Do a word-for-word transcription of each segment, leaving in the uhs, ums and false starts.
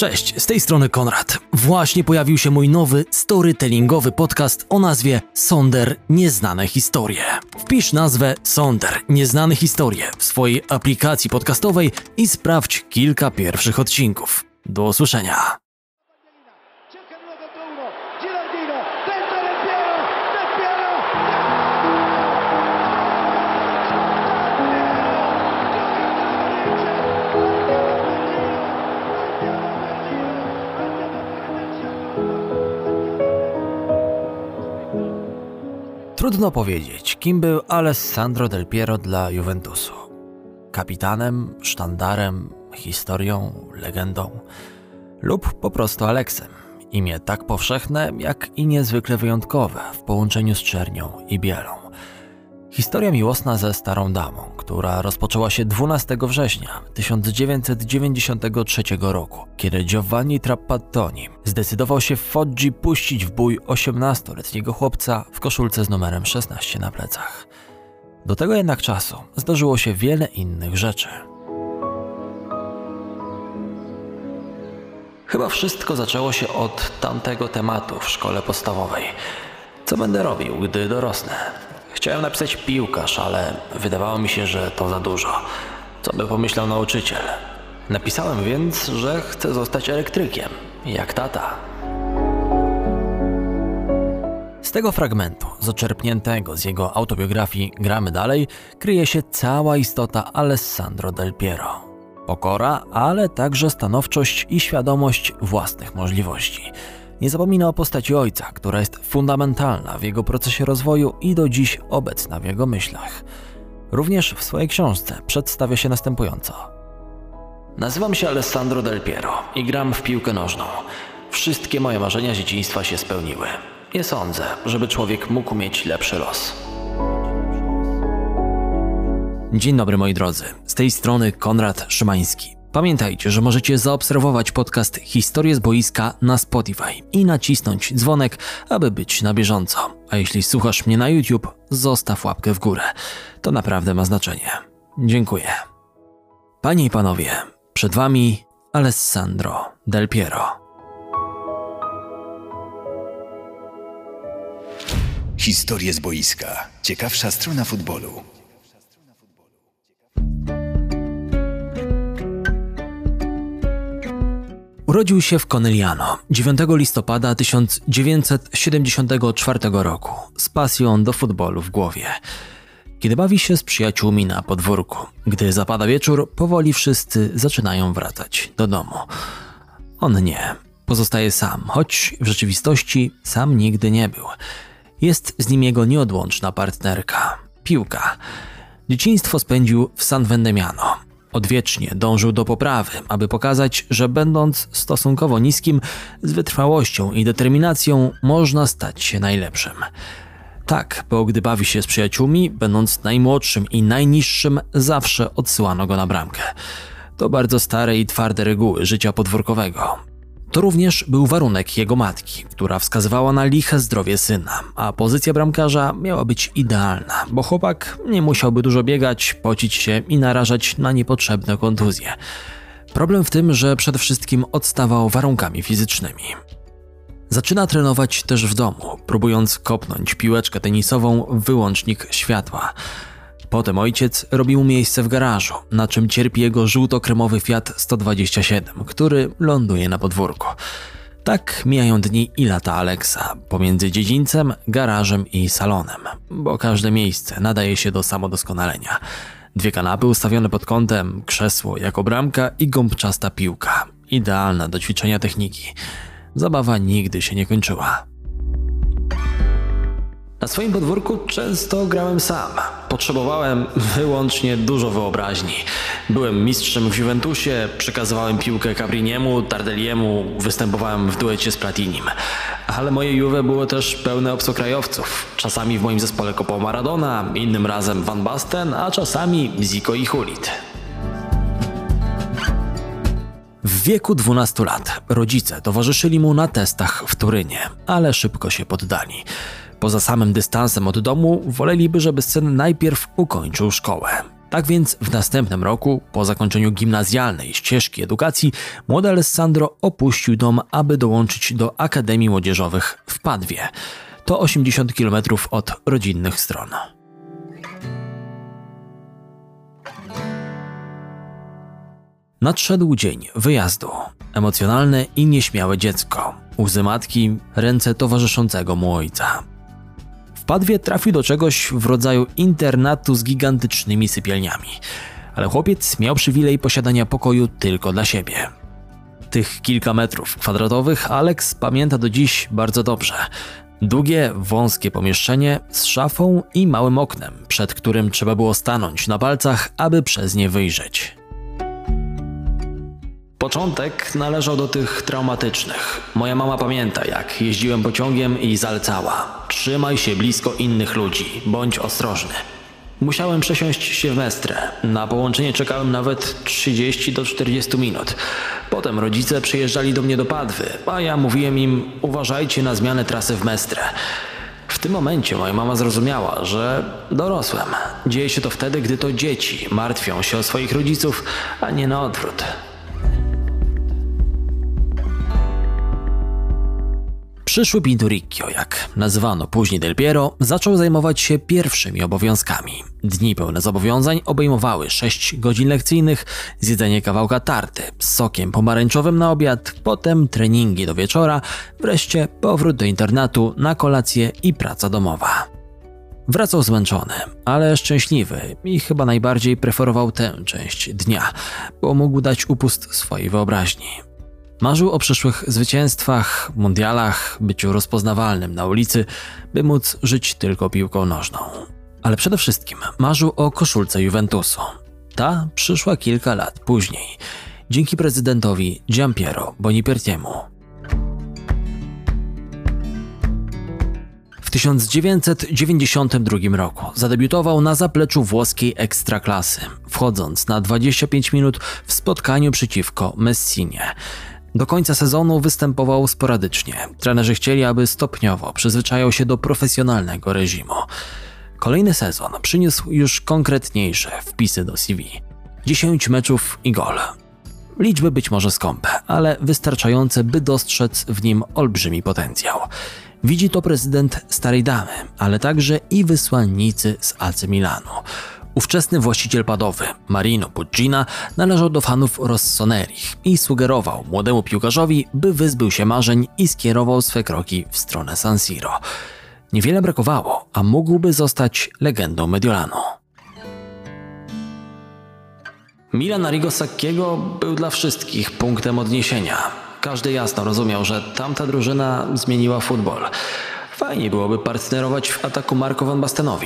Cześć, z tej strony Konrad. Właśnie pojawił się mój nowy storytellingowy podcast o nazwie Sonder Nieznane Historie. Wpisz nazwę Sonder Nieznane Historie w swojej aplikacji podcastowej i sprawdź kilka pierwszych odcinków. Do usłyszenia. Trudno powiedzieć, kim był Alessandro Del Piero dla Juventusu. Kapitanem, sztandarem, historią, legendą lub po prostu Aleksem. Imię tak powszechne, jak i niezwykle wyjątkowe w połączeniu z czernią i bielą. Historia miłosna ze starą damą, która rozpoczęła się dwunastego września tysiąc dziewięćset dziewięćdziesiątego trzeciego roku, kiedy Giovanni Trapattoni zdecydował się w Foggi puścić w bój osiemnastoletniego chłopca w koszulce z numerem szesnaście na plecach. Do tego jednak czasu zdarzyło się wiele innych rzeczy. Chyba wszystko zaczęło się od tamtego tematu w szkole podstawowej. Co będę robił, gdy dorosnę? Chciałem napisać piłkarz, ale wydawało mi się, że to za dużo. Co by pomyślał nauczyciel? Napisałem więc, że chcę zostać elektrykiem, jak tata. Z tego fragmentu, zaczerpniętego z jego autobiografii Gramy dalej, kryje się cała istota Alessandro Del Piero. Pokora, ale także stanowczość i świadomość własnych możliwości. Nie zapomina o postaci ojca, która jest fundamentalna w jego procesie rozwoju i do dziś obecna w jego myślach. Również w swojej książce przedstawia się następująco. Nazywam się Alessandro Del Piero i gram w piłkę nożną. Wszystkie moje marzenia z dzieciństwa się spełniły. Nie sądzę, żeby człowiek mógł mieć lepszy los. Dzień dobry moi drodzy, z tej strony Konrad Szymański. Pamiętajcie, że możecie zaobserwować podcast Historie z boiska na Spotify i nacisnąć dzwonek, aby być na bieżąco. A jeśli słuchasz mnie na YouTube, zostaw łapkę w górę. To naprawdę ma znaczenie. Dziękuję. Panie i panowie, przed wami Alessandro Del Piero. Historie z boiska. Ciekawsza strona futbolu. Urodził się w Conegliano dziewiątego listopada tysiąc dziewięćset siedemdziesiątego czwartego roku z pasją do futbolu w głowie. Kiedy bawi się z przyjaciółmi na podwórku, gdy zapada wieczór, powoli wszyscy zaczynają wracać do domu. On nie. Pozostaje sam, choć w rzeczywistości sam nigdy nie był. Jest z nim jego nieodłączna partnerka – piłka. Dzieciństwo spędził w San Vendemiano. Odwiecznie dążył do poprawy, aby pokazać, że będąc stosunkowo niskim, z wytrwałością i determinacją można stać się najlepszym. Tak, bo gdy bawi się z przyjaciółmi, będąc najmłodszym i najniższym, zawsze odsyłano go na bramkę. To bardzo stare i twarde reguły życia podwórkowego. To również był warunek jego matki, która wskazywała na liche zdrowie syna, a pozycja bramkarza miała być idealna, bo chłopak nie musiałby dużo biegać, pocić się i narażać na niepotrzebne kontuzje. Problem w tym, że przede wszystkim odstawał warunkami fizycznymi. Zaczyna trenować też w domu, próbując kopnąć piłeczkę tenisową w wyłącznik światła. Potem ojciec robi mu miejsce w garażu, na czym cierpi jego żółto-kremowy Fiat sto dwadzieścia siedem, który ląduje na podwórku. Tak mijają dni i lata Aleksa, pomiędzy dziedzińcem, garażem i salonem, bo każde miejsce nadaje się do samodoskonalenia. Dwie kanapy ustawione pod kątem, krzesło jako bramka i gąbczasta piłka. Idealna do ćwiczenia techniki. Zabawa nigdy się nie kończyła. Na swoim podwórku często grałem sam. Potrzebowałem wyłącznie dużo wyobraźni. Byłem mistrzem w Juventusie, przekazywałem piłkę Capriniemu, Tardelliemu, występowałem w duecie z Platinim. Ale moje Juve było też pełne obcokrajowców. Czasami w moim zespole kopał Maradona, innym razem Van Basten, a czasami Zico i Hulit. W wieku dwunastu lat rodzice towarzyszyli mu na testach w Turynie, ale szybko się poddali. Poza samym dystansem od domu woleliby, żeby syn najpierw ukończył szkołę. Tak więc w następnym roku, po zakończeniu gimnazjalnej ścieżki edukacji, młody Alessandro opuścił dom, aby dołączyć do Akademii Młodzieżowych w Padwie. To osiemdziesiąt kilometrów od rodzinnych stron. Nadszedł dzień wyjazdu. Emocjonalne i nieśmiałe dziecko. Łzy matki, ręce towarzyszącego mu ojca. W Padwie trafił do czegoś w rodzaju internatu z gigantycznymi sypialniami. Ale chłopiec miał przywilej posiadania pokoju tylko dla siebie. Tych kilka metrów kwadratowych Alex pamięta do dziś bardzo dobrze. Długie, wąskie pomieszczenie z szafą i małym oknem, przed którym trzeba było stanąć na palcach, aby przez nie wyjrzeć. Początek należał do tych traumatycznych. Moja mama pamięta, jak jeździłem pociągiem i zalecała: trzymaj się blisko innych ludzi, bądź ostrożny. Musiałem przesiąść się w Mestrę. Na połączenie czekałem nawet trzydzieści do czterdziestu minut. Potem rodzice przyjeżdżali do mnie do Padwy, a ja mówiłem im: uważajcie na zmianę trasy w Mestrę. W tym momencie moja mama zrozumiała, że dorosłem. Dzieje się to wtedy, gdy to dzieci martwią się o swoich rodziców, a nie na odwrót. Przyszły Pinturicchio, jak nazywano później Del Piero, zaczął zajmować się pierwszymi obowiązkami. Dni pełne zobowiązań obejmowały sześć godzin lekcyjnych, zjedzenie kawałka tarty z sokiem pomarańczowym na obiad, potem treningi do wieczora, wreszcie powrót do internatu na kolację i praca domowa. Wracał zmęczony, ale szczęśliwy i chyba najbardziej preferował tę część dnia, bo mógł dać upust swojej wyobraźni. Marzył o przyszłych zwycięstwach, mundialach, byciu rozpoznawalnym na ulicy, by móc żyć tylko piłką nożną. Ale przede wszystkim marzył o koszulce Juventusu. Ta przyszła kilka lat później, dzięki prezydentowi Giampiero Bonipertiemu. W tysiąc dziewięćset dziewięćdziesiątym drugim roku zadebiutował na zapleczu włoskiej ekstraklasy, wchodząc na dwadzieścia pięć minut w spotkaniu przeciwko Messinie. Do końca sezonu występował sporadycznie. Trenerzy chcieli, aby stopniowo przyzwyczajał się do profesjonalnego reżimu. Kolejny sezon przyniósł już konkretniejsze wpisy do C V. dziesięć meczów i gol. Liczby być może skąpe, ale wystarczające, by dostrzec w nim olbrzymi potencjał. Widzi to prezydent Starej Damy, ale także i wysłannicy z A C Milanu. Ówczesny właściciel Padowy, Marino Puccina, należał do fanów Rossonerich i sugerował młodemu piłkarzowi, by wyzbył się marzeń i skierował swe kroki w stronę San Siro. Niewiele brakowało, a mógłby zostać legendą Mediolanu. Milan Arrigo Sacchiego był dla wszystkich punktem odniesienia. Każdy jasno rozumiał, że tamta drużyna zmieniła futbol. Fajnie byłoby partnerować w ataku Marco van Bastenowi.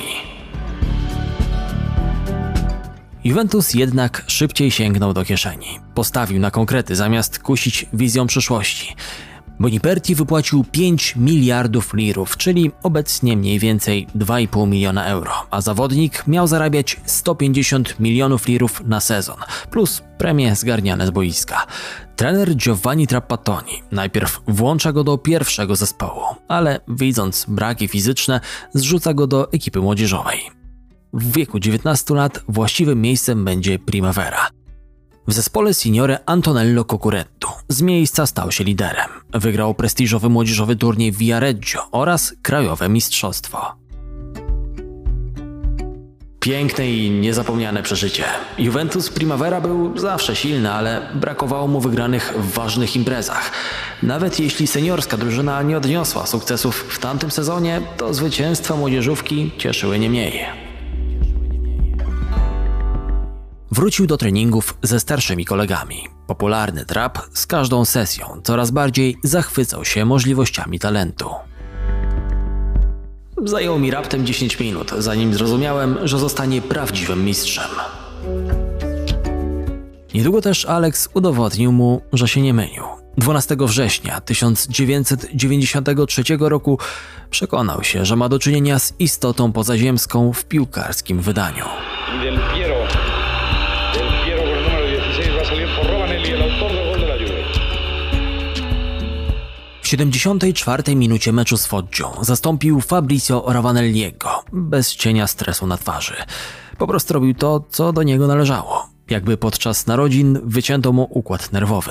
Juventus jednak szybciej sięgnął do kieszeni. Postawił na konkrety zamiast kusić wizją przyszłości. Boniperti wypłacił pięć miliardów lirów, czyli obecnie mniej więcej dwa i pół miliona euro, a zawodnik miał zarabiać sto pięćdziesiąt milionów lirów na sezon, plus premie zgarniane z boiska. Trener Giovanni Trapattoni najpierw włącza go do pierwszego zespołu, ale widząc braki fizyczne, zrzuca go do ekipy młodzieżowej. W wieku dziewiętnastu lat właściwym miejscem będzie Primavera. W zespole Signore Antonello Cucuretto z miejsca stał się liderem. Wygrał prestiżowy młodzieżowy turniej Viareggio oraz krajowe mistrzostwo. Piękne i niezapomniane przeżycie. Juventus Primavera był zawsze silny, ale brakowało mu wygranych w ważnych imprezach. Nawet jeśli seniorska drużyna nie odniosła sukcesów w tamtym sezonie, to zwycięstwa młodzieżówki cieszyły nie mniej. Wrócił do treningów ze starszymi kolegami. Popularny trap z każdą sesją coraz bardziej zachwycał się możliwościami talentu. Zajęło mi raptem dziesięć minut, zanim zrozumiałem, że zostanie prawdziwym mistrzem. Niedługo też Alex udowodnił mu, że się nie mylił. dwunastego września tysiąc dziewięćset dziewięćdziesiątego trzeciego roku przekonał się, że ma do czynienia z istotą pozaziemską w piłkarskim wydaniu. Del Piero. Del Piero con el número dieciséis va a salir por Robanelli, el autor del gol de la Juve. W siedemdziesiątej czwartej minucie meczu z Foggią zastąpił Fabrizio Ravanelliego, bez cienia stresu na twarzy. Po prostu robił to, co do niego należało. Jakby podczas narodzin wycięto mu układ nerwowy.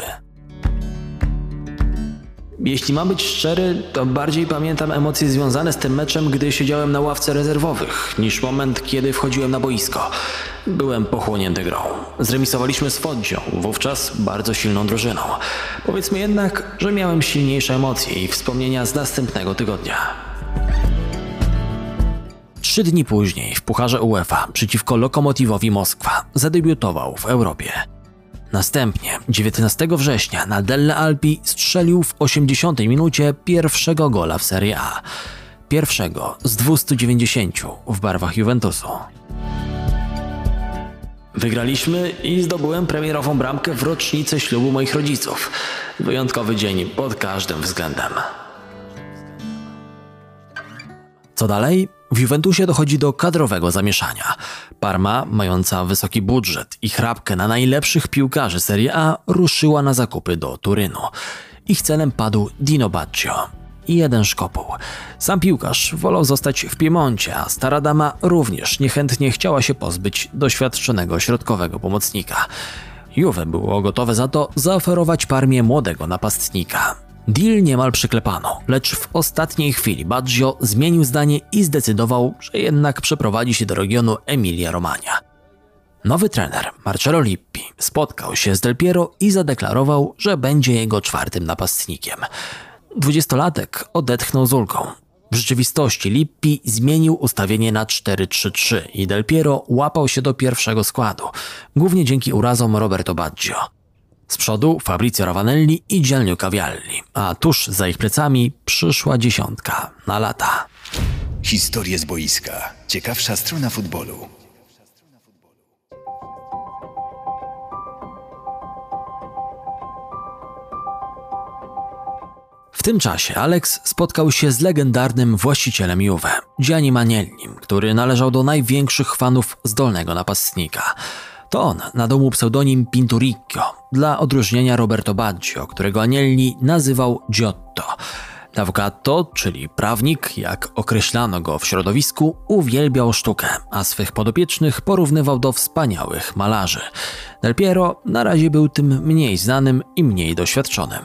Jeśli mam być szczery, to bardziej pamiętam emocje związane z tym meczem, gdy siedziałem na ławce rezerwowych, niż moment, kiedy wchodziłem na boisko. Byłem pochłonięty grą. Zremisowaliśmy z Foggią, wówczas bardzo silną drużyną. Powiedzmy jednak, że miałem silniejsze emocje i wspomnienia z następnego tygodnia. Trzy dni później w Pucharze UEFA przeciwko Lokomotivowi Moskwa zadebiutował w Europie. Następnie dziewiętnastego września na Delle Alpi strzelił w osiemdziesiątej minucie pierwszego gola w Serie A. Pierwszego z dwustu dziewięćdziesięciu w barwach Juventusu. Wygraliśmy i zdobyłem premierową bramkę w rocznicę ślubu moich rodziców. Wyjątkowy dzień pod każdym względem. Co dalej? W Juventusie dochodzi do kadrowego zamieszania. Parma, mająca wysoki budżet i chrapkę na najlepszych piłkarzy Serie A, ruszyła na zakupy do Turynu. Ich celem padł Dino Baggio i jeden szkopuł. Sam piłkarz wolał zostać w Piemoncie, a stara dama również niechętnie chciała się pozbyć doświadczonego środkowego pomocnika. Juve było gotowe za to zaoferować Parmie młodego napastnika. Deal niemal przyklepano, lecz w ostatniej chwili Baggio zmienił zdanie i zdecydował, że jednak przeprowadzi się do regionu Emilia-Romagna. Nowy trener, Marcello Lippi, spotkał się z Del Piero i zadeklarował, że będzie jego czwartym napastnikiem. Dwudziestolatek odetchnął z ulgą. W rzeczywistości Lippi zmienił ustawienie na cztery trzy trzy i Del Piero łapał się do pierwszego składu, głównie dzięki urazom Roberto Baggio. Z przodu Fabrizio Ravanelli i Gianluca Vialli, a tuż za ich plecami przyszła dziesiątka na lata. Historie z boiska. Ciekawsza strona futbolu. W tym czasie Alex spotkał się z legendarnym właścicielem Juve, Gianni Agnellim, który należał do największych fanów zdolnego napastnika. To on nadał mu pseudonim Pinturicchio dla odróżnienia Roberto Baggio, którego Agnelli nazywał Giotto. L'avvocato, czyli prawnik, jak określano go w środowisku, uwielbiał sztukę, a swych podopiecznych porównywał do wspaniałych malarzy. Del Piero na razie był tym mniej znanym i mniej doświadczonym.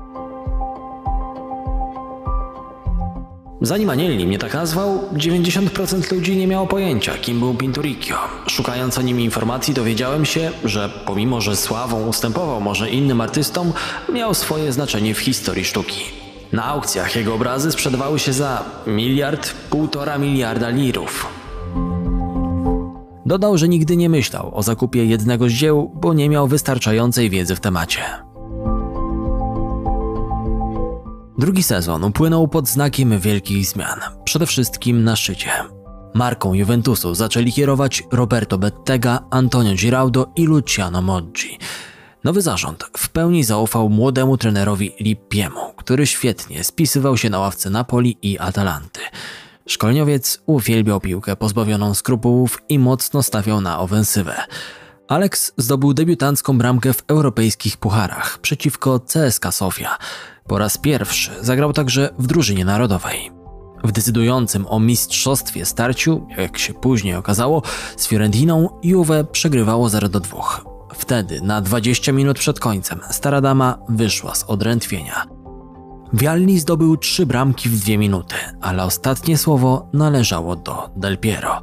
Zanim Agnelli mnie tak nazwał, dziewięćdziesiąt procent ludzi nie miało pojęcia, kim był Pinturicchio. Szukając o nim informacji, dowiedziałem się, że pomimo, że sławą ustępował może innym artystom, miał swoje znaczenie w historii sztuki. Na aukcjach jego obrazy sprzedawały się za miliard, półtora miliarda lirów. Dodał, że nigdy nie myślał o zakupie jednego z dzieł, bo nie miał wystarczającej wiedzy w temacie. Drugi sezon upłynął pod znakiem wielkich zmian, przede wszystkim na szczycie. Marką Juventusu zaczęli kierować Roberto Bettega, Antonio Giraudo i Luciano Moggi. Nowy zarząd w pełni zaufał młodemu trenerowi Lippiemu, który świetnie spisywał się na ławce Napoli i Atalanty. Szkoleniowiec uwielbiał piłkę pozbawioną skrupułów i mocno stawiał na ofensywę. Alex zdobył debiutancką bramkę w europejskich pucharach przeciwko C S K A Sofia. Po raz pierwszy zagrał także w drużynie narodowej. W decydującym o mistrzostwie starciu, jak się później okazało, z Fiorentiną Juve przegrywało zero do dwóch. Wtedy, na dwadzieścia minut przed końcem, stara dama wyszła z odrętwienia. Vialli zdobył trzy bramki w dwie minuty, ale ostatnie słowo należało do Del Piero.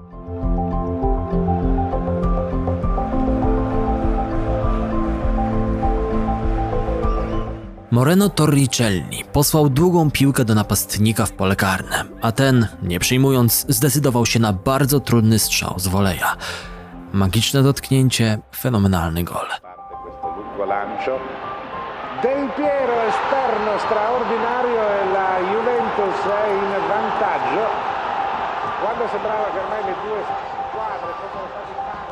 Moreno Torricelli posłał długą piłkę do napastnika w pole karne, a ten, nie przyjmując, zdecydował się na bardzo trudny strzał z voleja. Magiczne dotknięcie, fenomenalny gol. Del Piero esterno straordinario e la Juventus è in vantaggio. Quando sembrava che ormai le due squadre fossero stati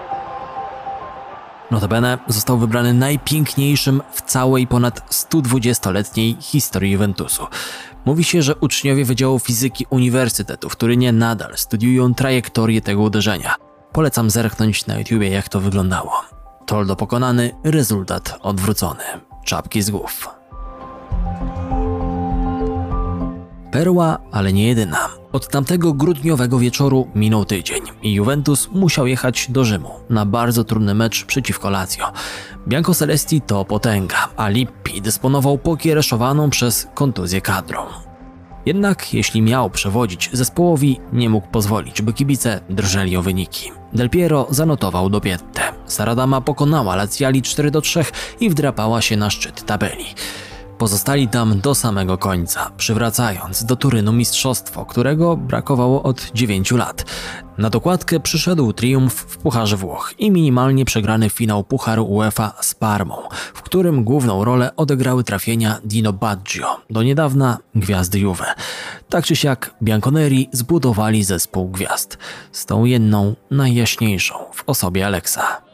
Notabene został wybrany najpiękniejszym w całej ponad stodwudziestoletniej historii Juventusu. Mówi się, że uczniowie Wydziału Fizyki Uniwersytetu w Turynie nadal studiują trajektorię tego uderzenia. Polecam zerknąć na YouTubie, jak to wyglądało. Toldo pokonany, rezultat odwrócony. Czapki z głów. Perła, ale nie jedyna. Od tamtego grudniowego wieczoru minął tydzień i Juventus musiał jechać do Rzymu na bardzo trudny mecz przeciwko Lazio. Biancocelesti to potęga, a Lippi dysponował pokiereszowaną przez kontuzję kadrą. Jednak jeśli miał przewodzić zespołowi, nie mógł pozwolić, by kibice drżeli o wyniki. Del Piero zanotował dopiętę. Saradama pokonała Laziali cztery do trzech i wdrapała się na szczyt tabeli. Pozostali tam do samego końca, przywracając do Turynu mistrzostwo, którego brakowało od dziewięciu lat. Na dokładkę przyszedł triumf w Pucharze Włoch i minimalnie przegrany finał Pucharu UEFA z Parmą, w którym główną rolę odegrały trafienia Dino Baggio, do niedawna gwiazdy Juve. Tak czy siak bianconeri zbudowali zespół gwiazd, z tą jedną najjaśniejszą w osobie Alexa.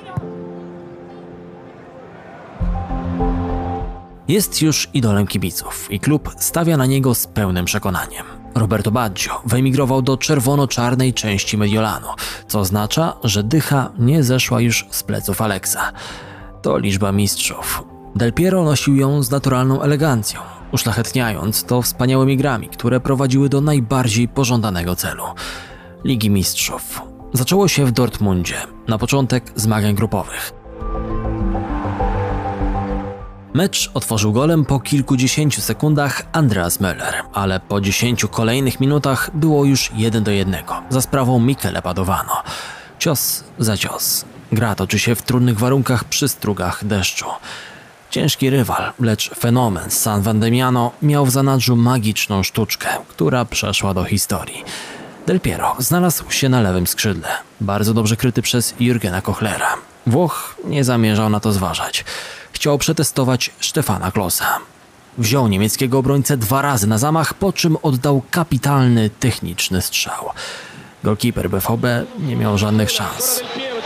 Jest już idolem kibiców i klub stawia na niego z pełnym przekonaniem. Roberto Baggio wyemigrował do czerwono-czarnej części Mediolanu, co oznacza, że dycha nie zeszła już z pleców Alexa. To liczba mistrzów. Del Piero nosił ją z naturalną elegancją, uszlachetniając to wspaniałymi grami, które prowadziły do najbardziej pożądanego celu – Ligi Mistrzów. Zaczęło się w Dortmundzie, na początek zmagań grupowych. Mecz otworzył golem po kilkudziesięciu sekundach Andreas Möller, ale po dziesięciu kolejnych minutach było już jeden do jednego za sprawą Michele Padovano. Cios za cios. Gra toczy się w trudnych warunkach przy strugach deszczu. Ciężki rywal, lecz fenomen z San Vandemiano miał w zanadrzu magiczną sztuczkę, która przeszła do historii. Del Piero znalazł się na lewym skrzydle, bardzo dobrze kryty przez Jürgena Kochlera. Włoch nie zamierzał na to zważać. Chciał przetestować Stefana Klosa. Wziął niemieckiego obrońcę dwa razy na zamach, po czym oddał kapitalny, techniczny strzał. Golkiper B V B nie miał żadnych szans.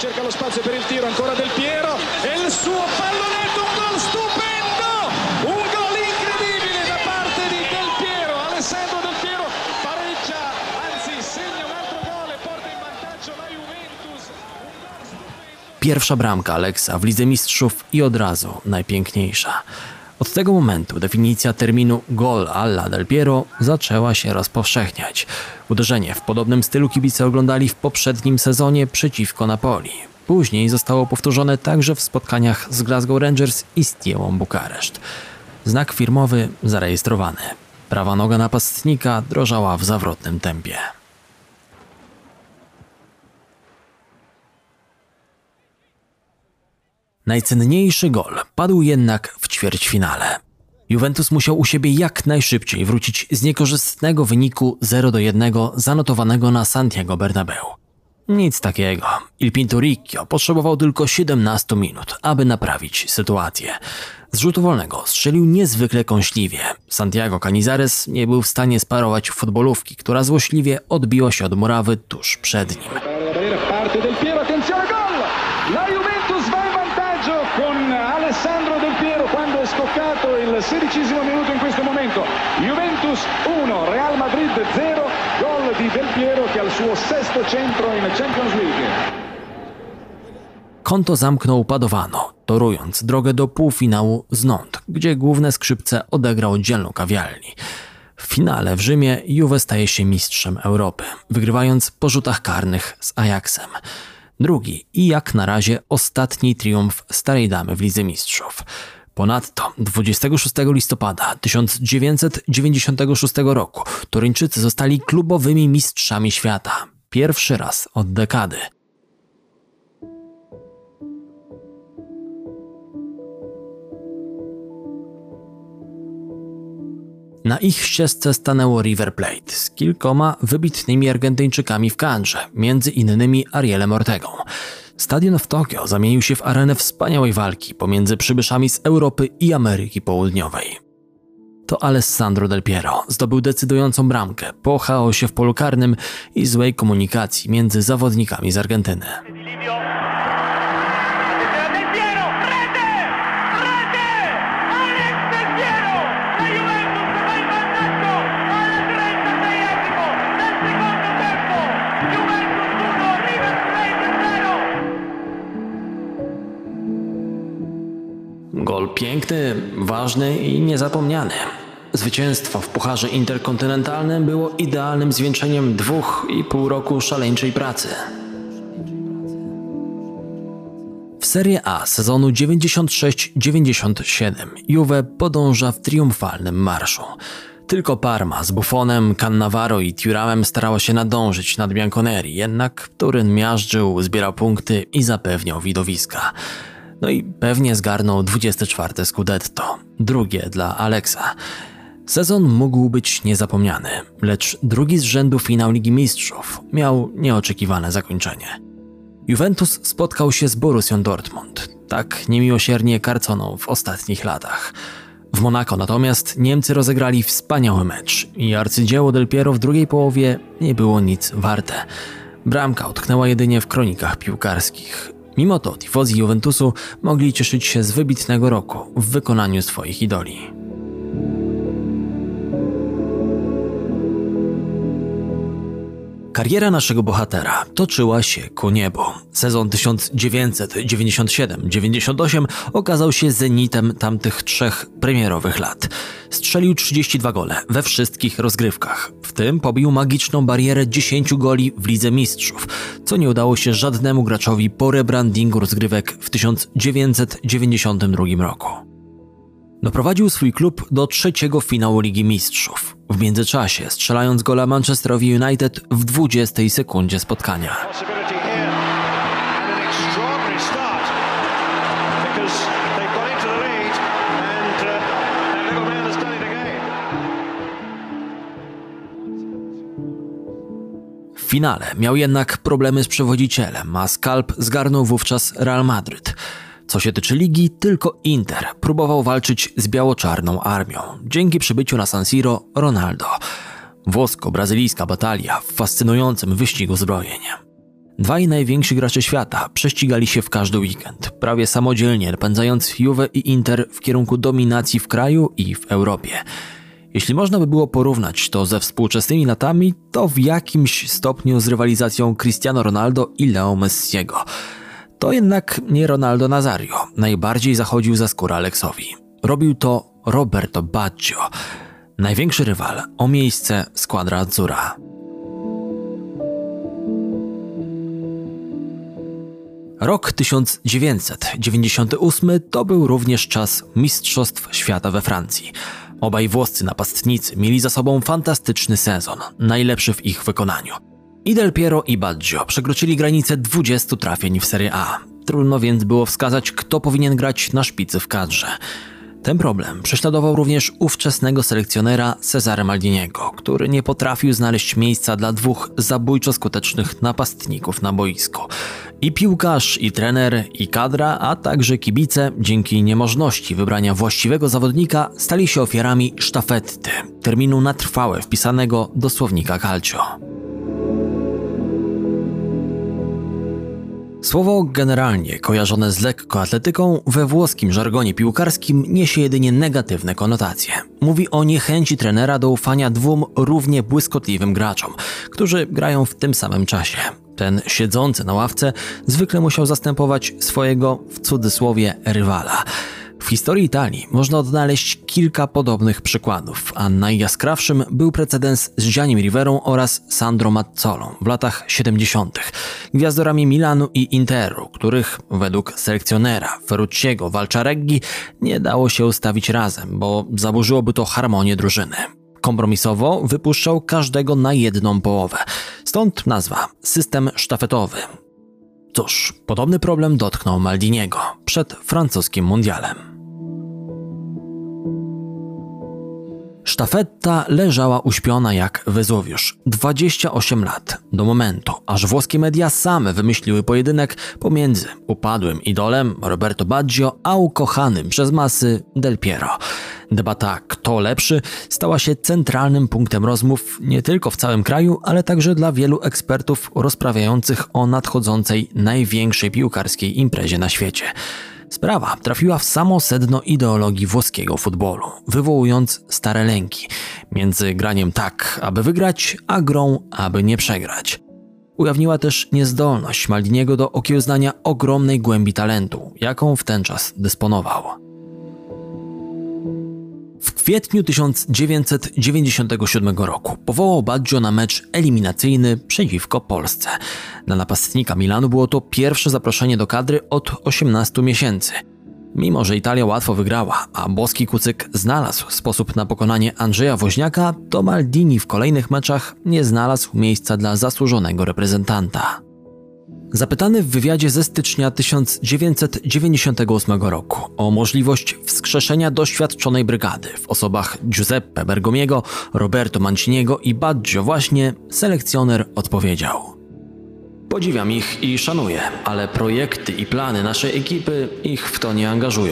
Pierwsza bramka Alexa w Lidze Mistrzów i od razu najpiękniejsza. Od tego momentu definicja terminu gol alla Del Piero zaczęła się rozpowszechniać. Uderzenie w podobnym stylu kibice oglądali w poprzednim sezonie przeciwko Napoli. Później zostało powtórzone także w spotkaniach z Glasgow Rangers i Steałą Bukareszt. Znak firmowy zarejestrowany. Prawa noga napastnika drożała w zawrotnym tempie. Najcenniejszy gol padł jednak w ćwierćfinale. Juventus musiał u siebie jak najszybciej wrócić z niekorzystnego wyniku zero do jednego zanotowanego na Santiago Bernabeu. Nic takiego. Il Pinturicchio potrzebował tylko siedemnastu minut, aby naprawić sytuację. Z rzutu wolnego strzelił niezwykle kąśliwie. Santiago Canizares nie był w stanie sparować futbolówki, która złośliwie odbiła się od murawy tuż przed nim. Con Alessandro Del Piero quando è scoccato il sedicesimo minuto in questo momento. Juventus uno, Real Madrid zero, gol di Del Piero che ha il suo sesto centro in Champions League. Konto zamknął Padovano, torując drogę do półfinału z Nantes, gdzie główne skrzypce odegrał dzielną kawiarni. W finale w Rzymie Juve staje się mistrzem Europy, wygrywając po rzutach karnych z Ajaxem. Drugi i jak na razie ostatni triumf Starej Damy w Lidze Mistrzów. Ponadto dwudziestego szóstego listopada tysiąc dziewięćset dziewięćdziesiątego szóstego roku Turyńczycy zostali klubowymi mistrzami świata. Pierwszy raz od dekady. Na ich ścieżce stanęło River Plate z kilkoma wybitnymi Argentyńczykami w kadrze, między innymi Arielem Ortegą. Stadion w Tokio zamienił się w arenę wspaniałej walki pomiędzy przybyszami z Europy i Ameryki Południowej. To Alessandro Del Piero zdobył decydującą bramkę po chaosie w polu karnym i złej komunikacji między zawodnikami z Argentyny. Gol piękny, ważny i niezapomniany. Zwycięstwo w Pucharze Interkontynentalnym było idealnym zwieńczeniem dwóch i pół roku szaleńczej pracy. W Serie A sezonu dziewięćdziesiąt sześć dziewięćdziesiąt siedem Juve podąża w triumfalnym marszu. Tylko Parma z Buffonem, Cannavaro i Thuramem starała się nadążyć nad Bianconeri, jednak Turyn miażdżył, zbierał punkty i zapewniał widowiska. No i pewnie zgarnął dwudzieste czwarte Scudetto, drugie dla Alexa. Sezon mógł być niezapomniany, lecz drugi z rzędu finał Ligi Mistrzów miał nieoczekiwane zakończenie. Juventus spotkał się z Borussią Dortmund, tak niemiłosiernie karconą w ostatnich latach. W Monako natomiast Niemcy rozegrali wspaniały mecz i arcydzieło Del Piero w drugiej połowie nie było nic warte. Bramka utknęła jedynie w kronikach piłkarskich. Mimo to tifosi Juventusu mogli cieszyć się z wybitnego roku w wykonaniu swoich idoli. Kariera naszego bohatera toczyła się ku niebu. Sezon tysiąc dziewięćset dziewięćdziesiąt siedem dziewięćdziesiąt osiem okazał się zenitem tamtych trzech premierowych lat. Strzelił trzydzieści dwa gole we wszystkich rozgrywkach. W tym pobił magiczną barierę dziesięciu goli w Lidze Mistrzów, co nie udało się żadnemu graczowi po rebrandingu rozgrywek w tysiąc dziewięćset dziewięćdziesiątym drugim roku. Doprowadził swój klub do trzeciego finału Ligi Mistrzów, w międzyczasie strzelając gola Manchesterowi United w dwudziestej sekundzie spotkania. W finale miał jednak problemy z przewodzicielem, a skalp zgarnął wówczas Real Madryt. Co się tyczy ligi, tylko Inter próbował walczyć z biało-czarną armią, dzięki przybyciu na San Siro Ronaldo. Włosko-brazylijska batalia w fascynującym wyścigu zbrojeń. Dwaj najwięksi gracze świata prześcigali się w każdy weekend, prawie samodzielnie napędzając Juve i Inter w kierunku dominacji w kraju i w Europie. Jeśli można by było porównać to ze współczesnymi latami, to w jakimś stopniu z rywalizacją Cristiano Ronaldo i Leo Messiego. To jednak nie Ronaldo Nazario najbardziej zachodził za skórę Aleksowi. Robił to Roberto Baggio, największy rywal o miejsce Squadra Azzurra. Rok tysiąc dziewięćset dziewięćdziesiąty ósmy to był również czas Mistrzostw Świata we Francji. Obaj włoscy napastnicy mieli za sobą fantastyczny sezon, najlepszy w ich wykonaniu. I Del Piero i Baggio przekroczyli granicę dwudziestu trafień w Serie A. Trudno więc było wskazać, kto powinien grać na szpicy w kadrze. Ten problem prześladował również ówczesnego selekcjonera Cesare Maldiniego, który nie potrafił znaleźć miejsca dla dwóch zabójczo skutecznych napastników na boisku. I piłkarz, i trener, i kadra, a także kibice, dzięki niemożności wybrania właściwego zawodnika, stali się ofiarami sztafety, terminu na trwałe wpisanego do słownika Calcio. Słowo generalnie kojarzone z lekkoatletyką we włoskim żargonie piłkarskim niesie jedynie negatywne konotacje. Mówi o niechęci trenera do ufania dwóm równie błyskotliwym graczom, którzy grają w tym samym czasie. Ten siedzący na ławce zwykle musiał zastępować swojego, w cudzysłowie, rywala. W historii Italii można odnaleźć kilka podobnych przykładów, a najjaskrawszym był precedens z Giannim Riverą oraz Sandro Mazzolą w latach siedemdziesiątych. Gwiazdorami Milanu i Interu, których według selekcjonera Ferrucciego Valcareggi nie dało się ustawić razem, bo zaburzyłoby to harmonię drużyny. Kompromisowo wypuszczał każdego na jedną połowę, stąd nazwa system sztafetowy. Cóż, podobny problem dotknął Maldiniego przed francuskim mundialem. Sztafeta leżała uśpiona jak Wezuwiusz dwadzieścia osiem lat, do momentu, aż włoskie media same wymyśliły pojedynek pomiędzy upadłym idolem Roberto Baggio a ukochanym przez masy Del Piero. Debata, kto lepszy, stała się centralnym punktem rozmów nie tylko w całym kraju, ale także dla wielu ekspertów rozprawiających o nadchodzącej największej piłkarskiej imprezie na świecie. Sprawa trafiła w samo sedno ideologii włoskiego futbolu, wywołując stare lęki między graniem tak, aby wygrać, a grą, aby nie przegrać. Ujawniła też niezdolność Maldiniego do okiełznania ogromnej głębi talentu, jaką w ten czas dysponował. W kwietniu tysiąc dziewięćset dziewięćdziesiątego siódmego roku powołał Baggio na mecz eliminacyjny przeciwko Polsce. Dla napastnika Milanu było to pierwsze zaproszenie do kadry od osiemnastu miesięcy. Mimo że Italia łatwo wygrała, a boski kucyk znalazł sposób na pokonanie Andrzeja Woźniaka, to Maldini w kolejnych meczach nie znalazł miejsca dla zasłużonego reprezentanta. Zapytany w wywiadzie ze stycznia tysiąc dziewięćset dziewięćdziesiątego ósmego roku o możliwość wskrzeszenia doświadczonej brygady w osobach Giuseppe Bergomiego, Roberto Manciniego i Baggio właśnie, selekcjoner odpowiedział: podziwiam ich i szanuję, ale projekty i plany naszej ekipy ich w to nie angażują.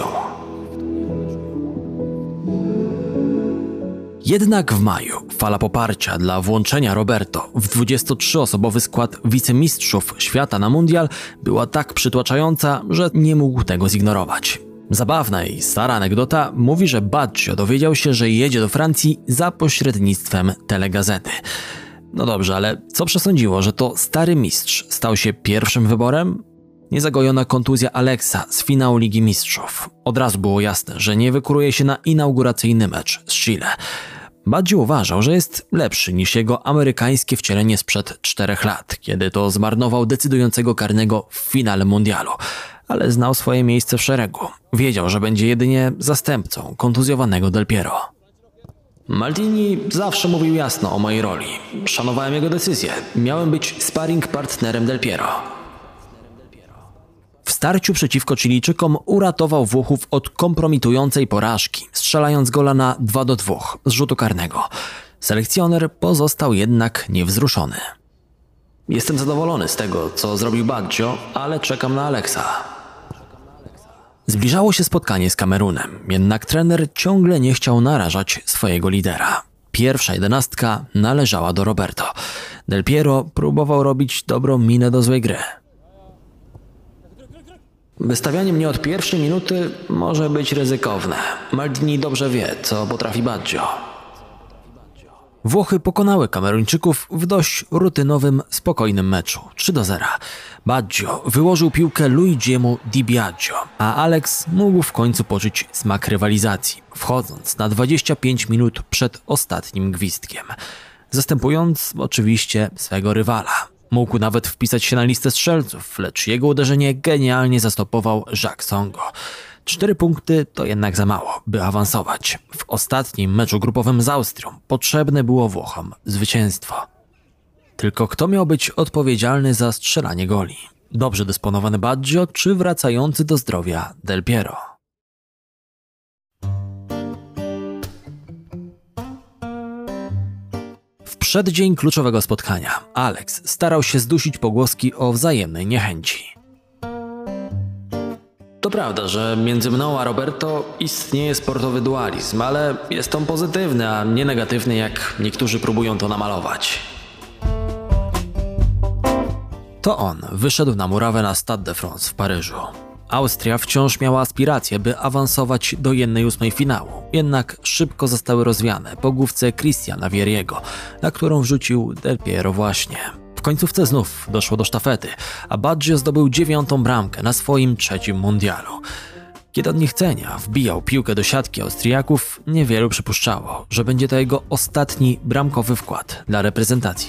Jednak w maju fala poparcia dla włączenia Roberto w dwudziestotrzyosobowy skład wicemistrzów świata na mundial była tak przytłaczająca, że nie mógł tego zignorować. Zabawna i stara anegdota mówi, że Baggio dowiedział się, że jedzie do Francji za pośrednictwem Telegazety. No dobrze, ale co przesądziło, że to stary mistrz stał się pierwszym wyborem? Niezagojona kontuzja Alexa z finału Ligi Mistrzów. Od razu było jasne, że nie wykuruje się na inauguracyjny mecz z Chile. Baggio uważał, że jest lepszy niż jego amerykańskie wcielenie sprzed czterech lat, kiedy to zmarnował decydującego karnego w finale mundialu, ale znał swoje miejsce w szeregu. Wiedział, że będzie jedynie zastępcą kontuzjowanego Del Piero. Maldini zawsze mówił jasno o mojej roli. Szanowałem jego decyzję. Miałem być sparring partnerem Del Piero. W starciu przeciwko Chilijczykom uratował Włochów od kompromitującej porażki, strzelając gola na dwa do dwóch z rzutu karnego. Selekcjoner pozostał jednak niewzruszony. Jestem zadowolony z tego, co zrobił Baggio, ale czekam na Alexa. Zbliżało się spotkanie z Kamerunem, jednak trener ciągle nie chciał narażać swojego lidera. Pierwsza jedenastka należała do Roberto. Del Piero próbował robić dobrą minę do złej gry. Wystawianie mnie od pierwszej minuty może być ryzykowne. Maldini dobrze wie, co potrafi Baggio. Włochy pokonały Kameruńczyków w dość rutynowym, spokojnym meczu trzy do zera. Baggio wyłożył piłkę Luigiemu Di Biagio, a Alex mógł w końcu poczuć smak rywalizacji, wchodząc na dwadzieścia pięć minut przed ostatnim gwizdkiem, zastępując oczywiście swego rywala. Mógł nawet wpisać się na listę strzelców, lecz jego uderzenie genialnie zastopował Jacques Songo. Cztery punkty to jednak za mało, by awansować. W ostatnim meczu grupowym z Austrią potrzebne było Włochom zwycięstwo. Tylko kto miał być odpowiedzialny za strzelanie goli? Dobrze dysponowany Baggio czy wracający do zdrowia Del Piero? W przeddzień kluczowego spotkania Alex starał się zdusić pogłoski o wzajemnej niechęci. To prawda, że między mną a Roberto istnieje sportowy dualizm, ale jest on pozytywny, a nie negatywny, jak niektórzy próbują to namalować. To on wyszedł na murawę na Stade de France w Paryżu. Austria wciąż miała aspiracje, by awansować do jednej ósmej finału, jednak szybko zostały rozwiane po główce Christiana Vieriego, na którą wrzucił Del Piero właśnie. W końcówce znów doszło do sztafety, a Baggio zdobył dziewiątą bramkę na swoim trzecim mundialu. Kiedy od niechcenia wbijał piłkę do siatki Austriaków, niewielu przypuszczało, że będzie to jego ostatni bramkowy wkład dla reprezentacji.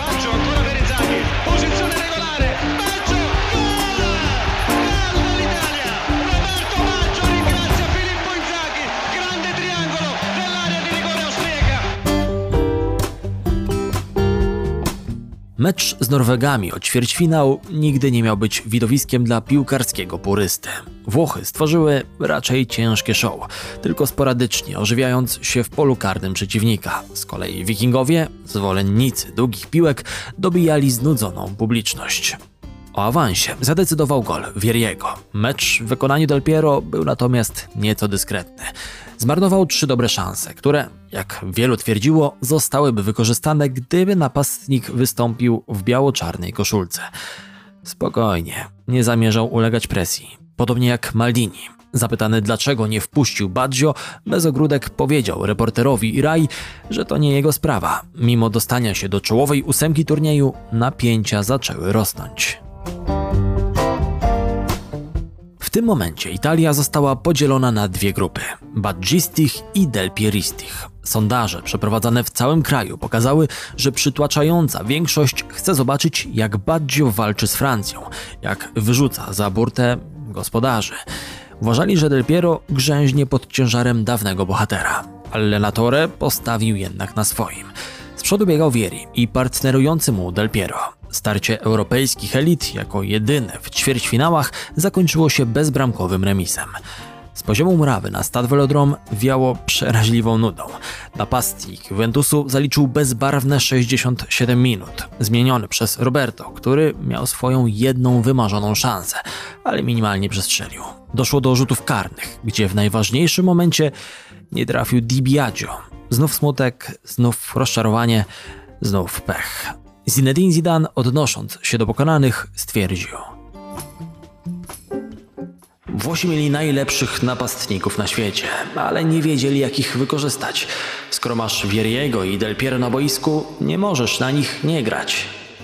Mecz z Norwegami o ćwierćfinał nigdy nie miał być widowiskiem dla piłkarskiego purysty. Włochy stworzyły raczej ciężkie show, tylko sporadycznie ożywiając się w polu karnym przeciwnika. Z kolei Wikingowie, zwolennicy długich piłek, dobijali znudzoną publiczność. O awansie zadecydował gol Vieriego. Mecz w wykonaniu Del Piero był natomiast nieco dyskretny. Zmarnował trzy dobre szanse, które, jak wielu twierdziło, zostałyby wykorzystane, gdyby napastnik wystąpił w biało-czarnej koszulce. Spokojnie, nie zamierzał ulegać presji. Podobnie jak Maldini. Zapytany, dlaczego nie wpuścił Baggio, bez ogródek powiedział reporterowi Rai, że to nie jego sprawa. Mimo dostania się do czołowej ósemki turnieju, napięcia zaczęły rosnąć. W W tym momencie Italia została podzielona na dwie grupy – Baggistich i Delpieristich. Sondaże przeprowadzane w całym kraju pokazały, że przytłaczająca większość chce zobaczyć, jak Baggio walczy z Francją, jak wyrzuca za burtę gospodarzy. Uważali, że Del Piero grzęźnie pod ciężarem dawnego bohatera. Allenatore postawił jednak na swoim. Z przodu biegał Vieri i partnerujący mu Del Piero. Starcie europejskich elit jako jedyne w ćwierćfinałach zakończyło się bezbramkowym remisem. Z poziomu murawy na Stade Velodrome wiało przeraźliwą nudą. Napastnik Juventusu zaliczył bezbarwne sześćdziesiąt siedem minut, zmieniony przez Roberto, który miał swoją jedną wymarzoną szansę, ale minimalnie przestrzelił. Doszło do rzutów karnych, gdzie w najważniejszym momencie nie trafił Di Biagio. Znów smutek, znów rozczarowanie, znów pech. Zinedine Zidane, odnosząc się do pokonanych, stwierdził: Włosi mieli najlepszych napastników na świecie, ale nie wiedzieli, jak ich wykorzystać. Skoro masz Vieriego i Del Piero na boisku, nie możesz na nich nie grać.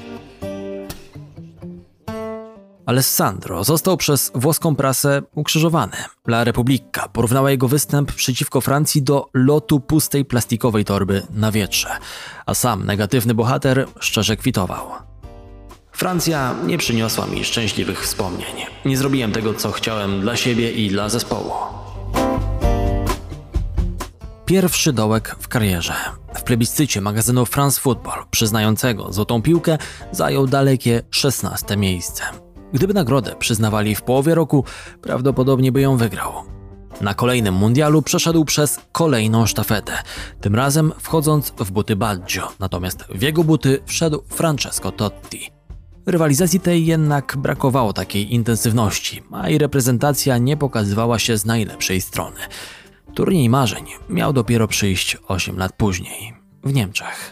Alessandro został przez włoską prasę ukrzyżowany. La Repubblica porównała jego występ przeciwko Francji do lotu pustej plastikowej torby na wietrze, a sam negatywny bohater szczerze kwitował: Francja nie przyniosła mi szczęśliwych wspomnień. Nie zrobiłem tego, co chciałem dla siebie i dla zespołu. Pierwszy dołek w karierze. W plebiscycie magazynu France Football przyznającego złotą piłkę zajął dalekie szesnaste miejsce. Gdyby nagrodę przyznawali w połowie roku, prawdopodobnie by ją wygrał. Na kolejnym mundialu przeszedł przez kolejną sztafetę, tym razem wchodząc w buty Baggio, natomiast w jego buty wszedł Francesco Totti. Rywalizacji tej jednak brakowało takiej intensywności, a i reprezentacja nie pokazywała się z najlepszej strony. Turniej marzeń miał dopiero przyjść osiem lat później, w Niemczech.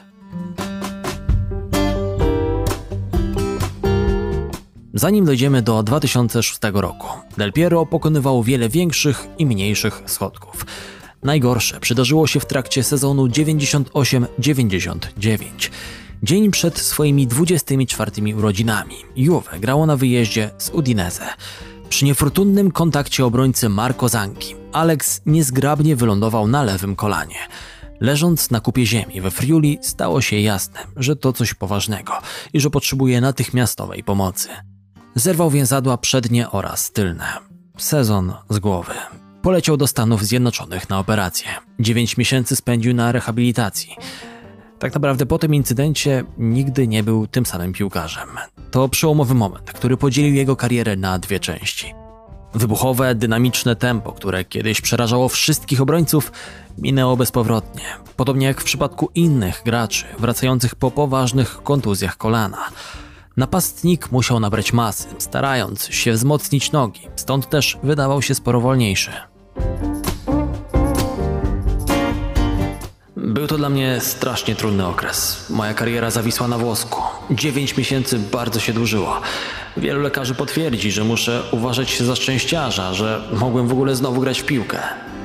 Zanim dojdziemy do dwa tysiące szóstego roku, Del Piero pokonywał wiele większych i mniejszych schodków. Najgorsze przydarzyło się w trakcie sezonu dziewięćdziesiąt osiem dziewięćdziesiąt dziewięć. Dzień przed swoimi dwudziestymi czwartymi urodzinami Juve grało na wyjeździe z Udinese. Przy niefortunnym kontakcie obrońcy Marco Zanchi Alex niezgrabnie wylądował na lewym kolanie. Leżąc na kupie ziemi we Friuli stało się jasne, że to coś poważnego i że potrzebuje natychmiastowej pomocy. Zerwał więzadła przednie oraz tylne. Sezon z głowy. Poleciał do Stanów Zjednoczonych na operację. Dziewięć miesięcy spędził na rehabilitacji. Tak naprawdę po tym incydencie nigdy nie był tym samym piłkarzem. To przełomowy moment, który podzielił jego karierę na dwie części. Wybuchowe, dynamiczne tempo, które kiedyś przerażało wszystkich obrońców, minęło bezpowrotnie. Podobnie jak w przypadku innych graczy wracających po poważnych kontuzjach kolana. Napastnik musiał nabrać masy, starając się wzmocnić nogi, stąd też wydawał się sporo wolniejszy. Był to dla mnie strasznie trudny okres. Moja kariera zawisła na włosku. Dziewięć miesięcy bardzo się dłużyło. Wielu lekarzy potwierdzi, że muszę uważać się za szczęściarza, że mogłem w ogóle znowu grać w piłkę.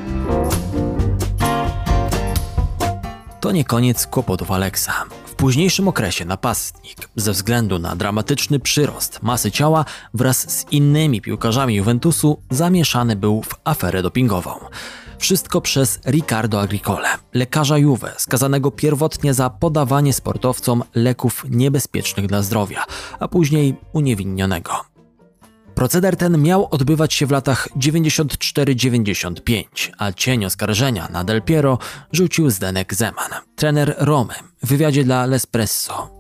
To nie koniec kłopotów Alexa. W późniejszym okresie napastnik, ze względu na dramatyczny przyrost masy ciała, wraz z innymi piłkarzami Juventusu zamieszany był w aferę dopingową. Wszystko przez Riccardo Agricole, lekarza Juve, skazanego pierwotnie za podawanie sportowcom leków niebezpiecznych dla zdrowia, a później uniewinnionego. Proceder ten miał odbywać się w latach dziewięćdziesiąt cztery dziewięćdziesiąt pięć, a cień oskarżenia na Del Piero rzucił Zdenek Zeman, trener Romy, w wywiadzie dla L'Espresso.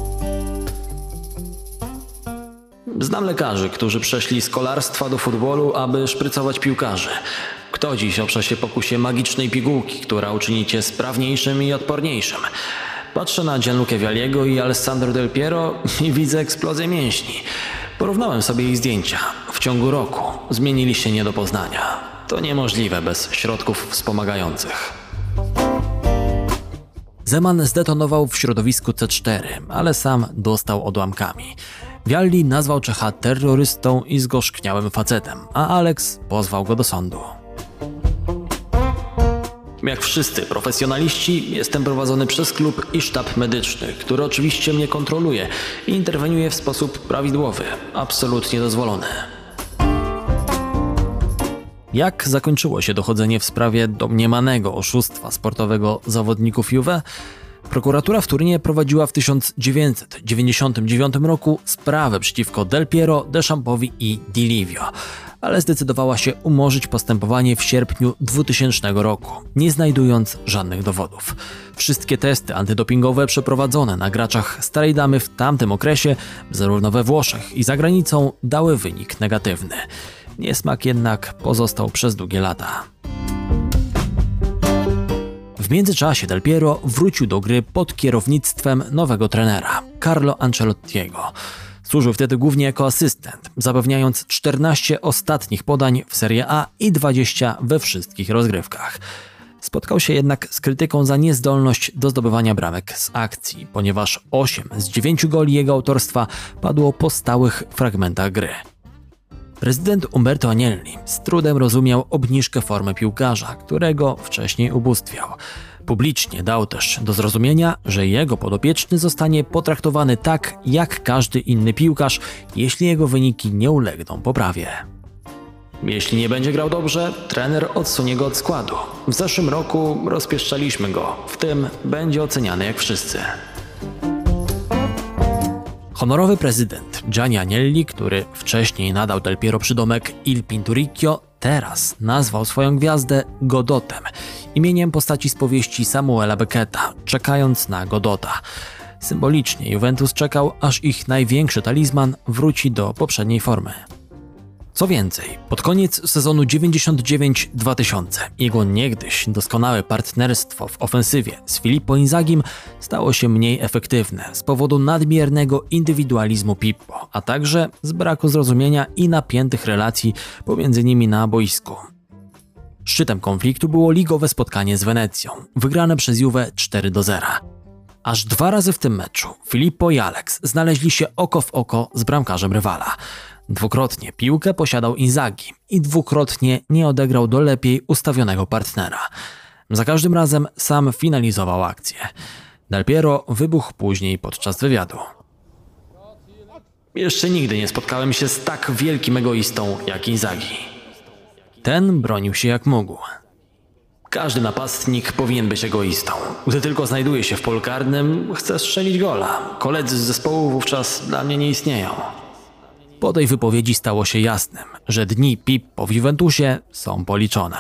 Znam lekarzy, którzy przeszli z kolarstwa do futbolu, aby szprycować piłkarzy. Kto dziś oprze się pokusie magicznej pigułki, która uczyni cię sprawniejszym i odporniejszym? Patrzę na Gianluca Vialliego i Alessandro Del Piero i widzę eksplozję mięśni. Porównałem sobie ich zdjęcia. W ciągu roku zmienili się nie do poznania. To niemożliwe bez środków wspomagających. Zeman zdetonował w środowisku C cztery, ale sam dostał odłamkami. Vialli nazwał Czecha terrorystą i zgorzkniałym facetem, a Alex pozwał go do sądu. Jak wszyscy profesjonaliści, jestem prowadzony przez klub i sztab medyczny, który oczywiście mnie kontroluje i interweniuje w sposób prawidłowy, absolutnie dozwolony. Jak zakończyło się dochodzenie w sprawie domniemanego oszustwa sportowego zawodników Juve? Prokuratura w Turynie prowadziła w tysiąc dziewięćset dziewięćdziesiątym dziewiątym roku sprawę przeciwko Del Piero, Deschampowi i Di Livio, ale zdecydowała się umorzyć postępowanie w sierpniu dwutysięcznego roku, nie znajdując żadnych dowodów. Wszystkie testy antydopingowe przeprowadzone na graczach Starej Damy w tamtym okresie, zarówno we Włoszech i za granicą, dały wynik negatywny. Niesmak jednak pozostał przez długie lata. W międzyczasie Del Piero wrócił do gry pod kierownictwem nowego trenera, Carlo Ancelottiego. Służył wtedy głównie jako asystent, zapewniając czternaście ostatnich podań w Serie A i dwadzieścia we wszystkich rozgrywkach. Spotkał się jednak z krytyką za niezdolność do zdobywania bramek z akcji, ponieważ osiem z dziewięciu goli jego autorstwa padło po stałych fragmentach gry. Prezydent Umberto Agnelli z trudem rozumiał obniżkę formy piłkarza, którego wcześniej ubóstwiał. Publicznie dał też do zrozumienia, że jego podopieczny zostanie potraktowany tak, jak każdy inny piłkarz, jeśli jego wyniki nie ulegną poprawie. Jeśli nie będzie grał dobrze, trener odsunie go od składu. W zeszłym roku rozpieszczaliśmy go, w tym będzie oceniany jak wszyscy. Honorowy prezydent Gianni Agnelli, który wcześniej nadał Del Piero przydomek Il Pinturicchio, teraz nazwał swoją gwiazdę Godotem, imieniem postaci z powieści Samuela Becketa, czekając na Godota. Symbolicznie Juventus czekał, aż ich największy talizman wróci do poprzedniej formy. Co więcej, pod koniec sezonu dziewięćdziesiąt dziewięć dwa tysiące jego niegdyś doskonałe partnerstwo w ofensywie z Filippo Inzagim stało się mniej efektywne z powodu nadmiernego indywidualizmu Pippo, a także z braku zrozumienia i napiętych relacji pomiędzy nimi na boisku. Szczytem konfliktu było ligowe spotkanie z Wenecją, wygrane przez Juve cztery do zera. Aż dwa razy w tym meczu Filippo i Alex znaleźli się oko w oko z bramkarzem rywala. Dwukrotnie piłkę posiadał Inzaghi i dwukrotnie nie odegrał do lepiej ustawionego partnera. Za każdym razem sam finalizował akcję. Del Piero wybuchł później podczas wywiadu. Jeszcze nigdy nie spotkałem się z tak wielkim egoistą jak Inzaghi. Ten bronił się jak mógł. Każdy napastnik powinien być egoistą. Gdy tylko znajduje się w polu karnym, chce strzelić gola. Koledzy z zespołu wówczas dla mnie nie istnieją. Po tej wypowiedzi stało się jasnym, że dni Pippo w Juventusie są policzone.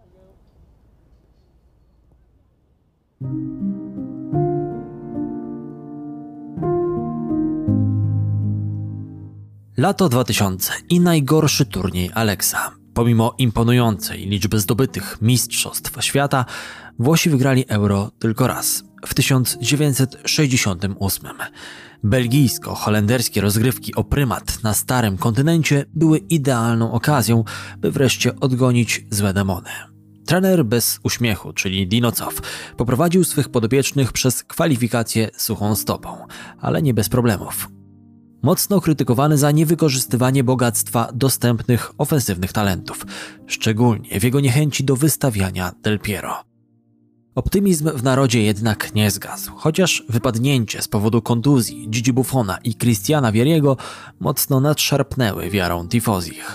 Lato dwa tysiące i najgorszy turniej Alexa. Pomimo imponującej liczby zdobytych mistrzostw świata, Włosi wygrali Euro tylko raz, w tysiąc dziewięćset sześćdziesiątym ósmym. Belgijsko-holenderskie rozgrywki o prymat na starym kontynencie były idealną okazją, by wreszcie odgonić złe demony. Trener bez uśmiechu, czyli Dino Zoff, poprowadził swych podopiecznych przez kwalifikację suchą stopą, ale nie bez problemów. Mocno krytykowany za niewykorzystywanie bogactwa dostępnych ofensywnych talentów, szczególnie w jego niechęci do wystawiania Del Piero. Optymizm w narodzie jednak nie zgasł, chociaż wypadnięcie z powodu kontuzji Gigi Buffona i Cristiana Vieriego mocno nadszarpnęły wiarą tifozich.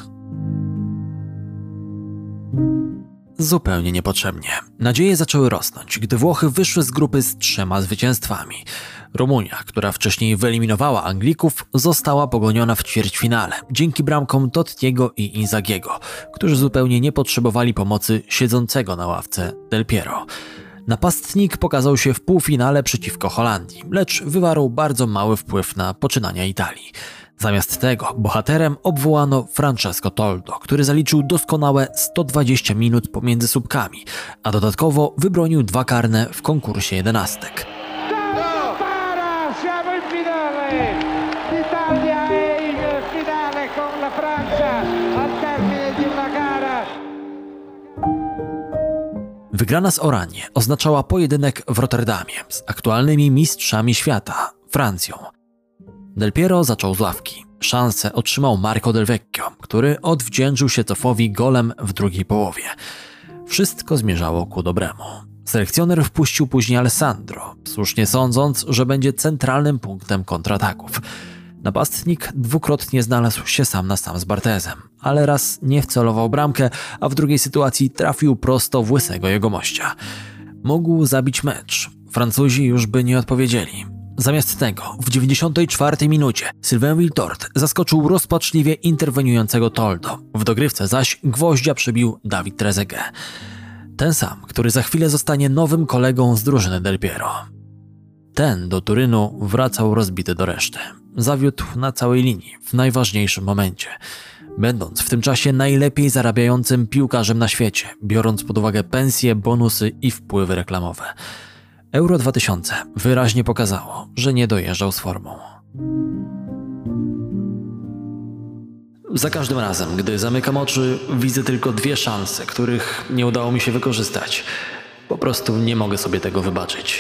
Zupełnie niepotrzebnie. Nadzieje zaczęły rosnąć, gdy Włochy wyszły z grupy z trzema zwycięstwami. Rumunia, która wcześniej wyeliminowała Anglików, została pogoniona w ćwierćfinale dzięki bramkom Tottiego i Inzaghiego, którzy zupełnie nie potrzebowali pomocy siedzącego na ławce Del Piero. Napastnik pokazał się w półfinale przeciwko Holandii, lecz wywarł bardzo mały wpływ na poczynania Italii. Zamiast tego bohaterem obwołano Francesco Toldo, który zaliczył doskonałe sto dwadzieścia minut pomiędzy słupkami, a dodatkowo wybronił dwa karne w konkursie jedenastek. Wygrana z Oranie oznaczała pojedynek w Rotterdamie z aktualnymi mistrzami świata, Francją. Del Piero zaczął z ławki. Szansę otrzymał Marco Del Vecchio, który odwdzięczył się Zoffowi golem w drugiej połowie. Wszystko zmierzało ku dobremu. Selekcjoner wpuścił później Alessandro, słusznie sądząc, że będzie centralnym punktem kontrataków. Napastnik dwukrotnie znalazł się sam na sam z Bartezem, ale raz nie wcelował bramkę, a w drugiej sytuacji trafił prosto w łysego jegomościa. Mógł zabić mecz. Francuzi już by nie odpowiedzieli. Zamiast tego w dziewięćdziesiątej czwartej minucie Sylvain Wiltord zaskoczył rozpaczliwie interweniującego Toldo. W dogrywce zaś gwoździa przybił David Trezeguet. Ten sam, który za chwilę zostanie nowym kolegą z drużyny Del Piero. Ten do Turynu wracał rozbity do reszty. Zawiódł na całej linii w najważniejszym momencie, będąc w tym czasie najlepiej zarabiającym piłkarzem na świecie, biorąc pod uwagę pensje, bonusy i wpływy reklamowe. Euro dwa tysiące wyraźnie pokazało, że nie dojeżdżał z formą. Za każdym razem, gdy zamykam oczy, widzę tylko dwie szanse, których nie udało mi się wykorzystać. Po prostu nie mogę sobie tego wybaczyć.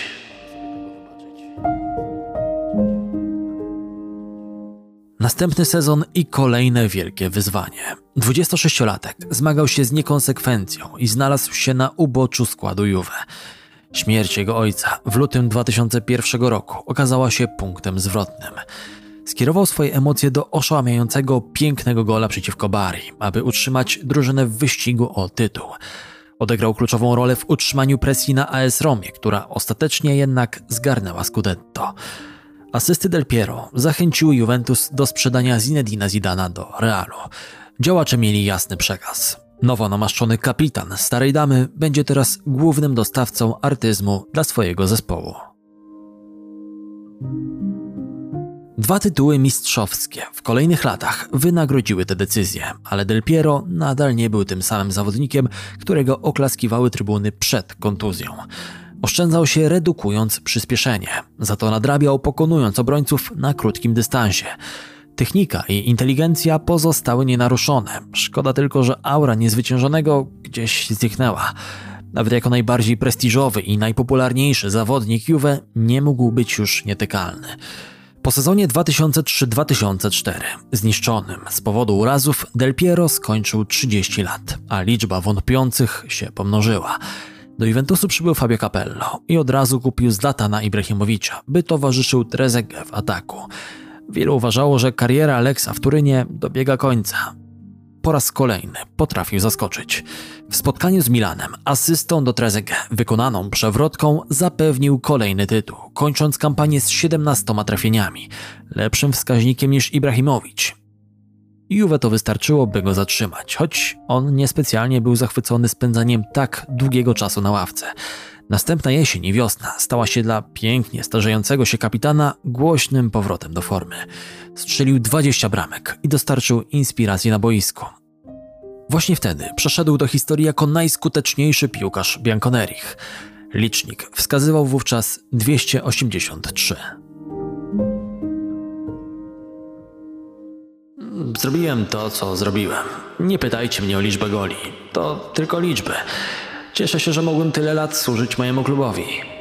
Następny sezon i kolejne wielkie wyzwanie. dwudziestosześciolatek zmagał się z niekonsekwencją i znalazł się na uboczu składu Juve. Śmierć jego ojca w lutym dwa tysiące pierwszego roku okazała się punktem zwrotnym. Skierował swoje emocje do oszałamiającego, pięknego gola przeciwko Bari, aby utrzymać drużynę w wyścigu o tytuł. Odegrał kluczową rolę w utrzymaniu presji na A S Romie, która ostatecznie jednak zgarnęła Scudetto. Asysty Del Piero zachęciły Juventus do sprzedania Zinedina Zidana do Realu. Działacze mieli jasny przekaz. Nowo namaszczony kapitan Starej Damy będzie teraz głównym dostawcą artyzmu dla swojego zespołu. Dwa tytuły mistrzowskie w kolejnych latach wynagrodziły te decyzje, ale Del Piero nadal nie był tym samym zawodnikiem, którego oklaskiwały trybuny przed kontuzją. Oszczędzał się, redukując przyspieszenie, za to nadrabiał, pokonując obrońców na krótkim dystansie. Technika i inteligencja pozostały nienaruszone. Szkoda tylko, że aura niezwyciężonego gdzieś zniknęła. Nawet jako najbardziej prestiżowy i najpopularniejszy zawodnik Juve nie mógł być już nietykalny. Po sezonie dwa tysiące trzy dwa tysiące cztery, zniszczonym z powodu urazów, Del Piero skończył trzydzieści lat, a liczba wątpiących się pomnożyła. Do Juventusu przybył Fabio Capello i od razu kupił Zlatana Ibrahimowicza, by towarzyszył Trezeguet w ataku. Wielu uważało, że kariera Alexa w Turynie dobiega końca. Po raz kolejny potrafił zaskoczyć. W spotkaniu z Milanem asystą do Trezeguet, wykonaną przewrotką, zapewnił kolejny tytuł, kończąc kampanię z siedemnastoma trafieniami, lepszym wskaźnikiem niż Ibrahimowicz. Juve to wystarczyło, by go zatrzymać, choć on niespecjalnie był zachwycony spędzaniem tak długiego czasu na ławce. Następna jesień i wiosna stała się dla pięknie starzejącego się kapitana głośnym powrotem do formy. Strzelił dwadzieścia bramek i dostarczył inspiracji na boisku. Właśnie wtedy przeszedł do historii jako najskuteczniejszy piłkarz Bianconerich. Licznik wskazywał wówczas dwieście osiemdziesiąt trzy. Zrobiłem to, co zrobiłem. Nie pytajcie mnie o liczbę goli. To tylko liczby. Cieszę się, że mogłem tyle lat służyć mojemu klubowi.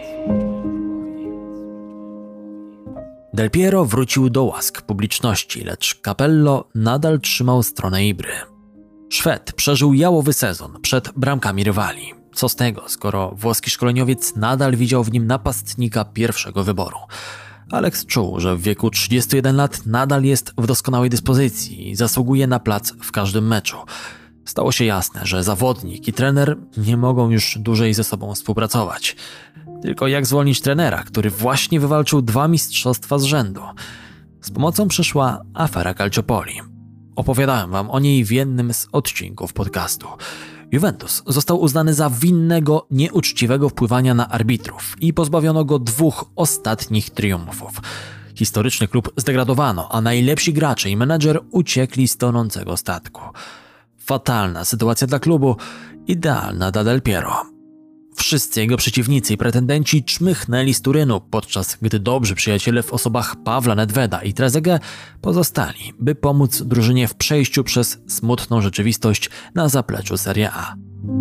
Del Piero wrócił do łask publiczności, lecz Capello nadal trzymał stronę Ibry. Szwed przeżył jałowy sezon przed bramkami rywali. Co z tego, skoro włoski szkoleniowiec nadal widział w nim napastnika pierwszego wyboru. Alex czuł, że w wieku trzydziestu jeden lat nadal jest w doskonałej dyspozycji i zasługuje na plac w każdym meczu. Stało się jasne, że zawodnik i trener nie mogą już dłużej ze sobą współpracować. Tylko jak zwolnić trenera, który właśnie wywalczył dwa mistrzostwa z rzędu? Z pomocą przyszła afera Calciopoli. Opowiadałem wam o niej w jednym z odcinków podcastu. Juventus został uznany za winnego nieuczciwego wpływania na arbitrów i pozbawiono go dwóch ostatnich triumfów. Historyczny klub zdegradowano, a najlepsi gracze i menedżer uciekli z tonącego statku. Fatalna sytuacja dla klubu, idealna dla Del Piero. Wszyscy jego przeciwnicy i pretendenci czmychnęli z Turynu, podczas gdy dobrzy przyjaciele w osobach Pawła Nedveda i Trezeguet pozostali, by pomóc drużynie w przejściu przez smutną rzeczywistość na zapleczu Serie A.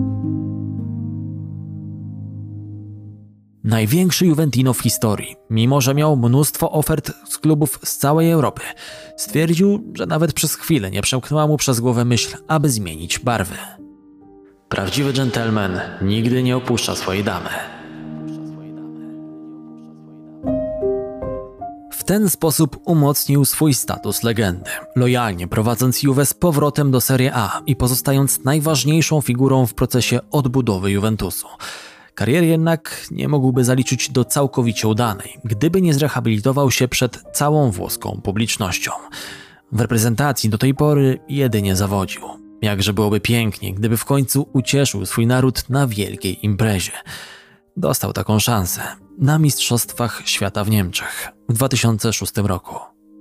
Największy Juventino w historii, mimo że miał mnóstwo ofert z klubów z całej Europy, stwierdził, że nawet przez chwilę nie przemknęła mu przez głowę myśl, aby zmienić barwy. Prawdziwy dżentelmen nigdy nie opuszcza swojej damy. W W ten sposób umocnił swój status legendy, lojalnie prowadząc Juve z powrotem do Serie A i pozostając najważniejszą figurą w procesie odbudowy Juventusu. Kariery jednak nie mógłby zaliczyć do całkowicie udanej, gdyby nie zrehabilitował się przed całą włoską publicznością. W reprezentacji do tej pory jedynie zawodził. Jakże byłoby pięknie, gdyby w końcu ucieszył swój naród na wielkiej imprezie. Dostał taką szansę na Mistrzostwach Świata w Niemczech w dwa tysiące szóstym roku.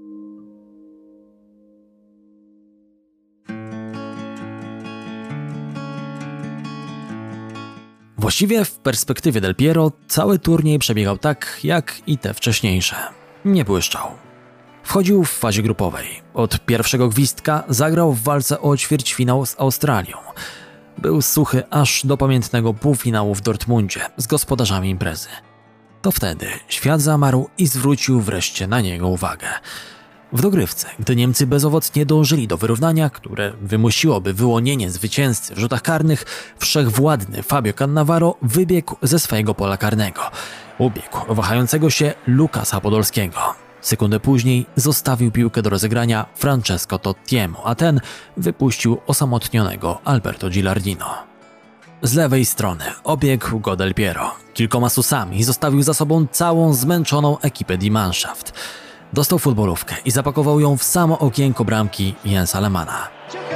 Właściwie w perspektywie Del Piero cały turniej przebiegał tak, jak i te wcześniejsze. Nie błyszczał. Wchodził w fazie grupowej. Od pierwszego gwizdka zagrał w walce o ćwierćfinał z Australią. Był suchy aż do pamiętnego półfinału w Dortmundzie z gospodarzami imprezy. To wtedy świat zamarł i zwrócił wreszcie na niego uwagę. W dogrywce, gdy Niemcy bezowocnie dążyli do wyrównania, które wymusiłoby wyłonienie zwycięzcy w rzutach karnych, wszechwładny Fabio Cannavaro wybiegł ze swojego pola karnego. Ubiegł wahającego się Lukasa Podolskiego. Sekundę później zostawił piłkę do rozegrania Francesco Tottiemu, a ten wypuścił osamotnionego Alberto Gilardino. Z lewej strony obiegł go Del Piero. Kilkoma susami zostawił za sobą całą zmęczoną ekipę Die Mannschaft. Dostał futbolówkę i zapakował ją w samo okienko bramki Jensa Lehmanna.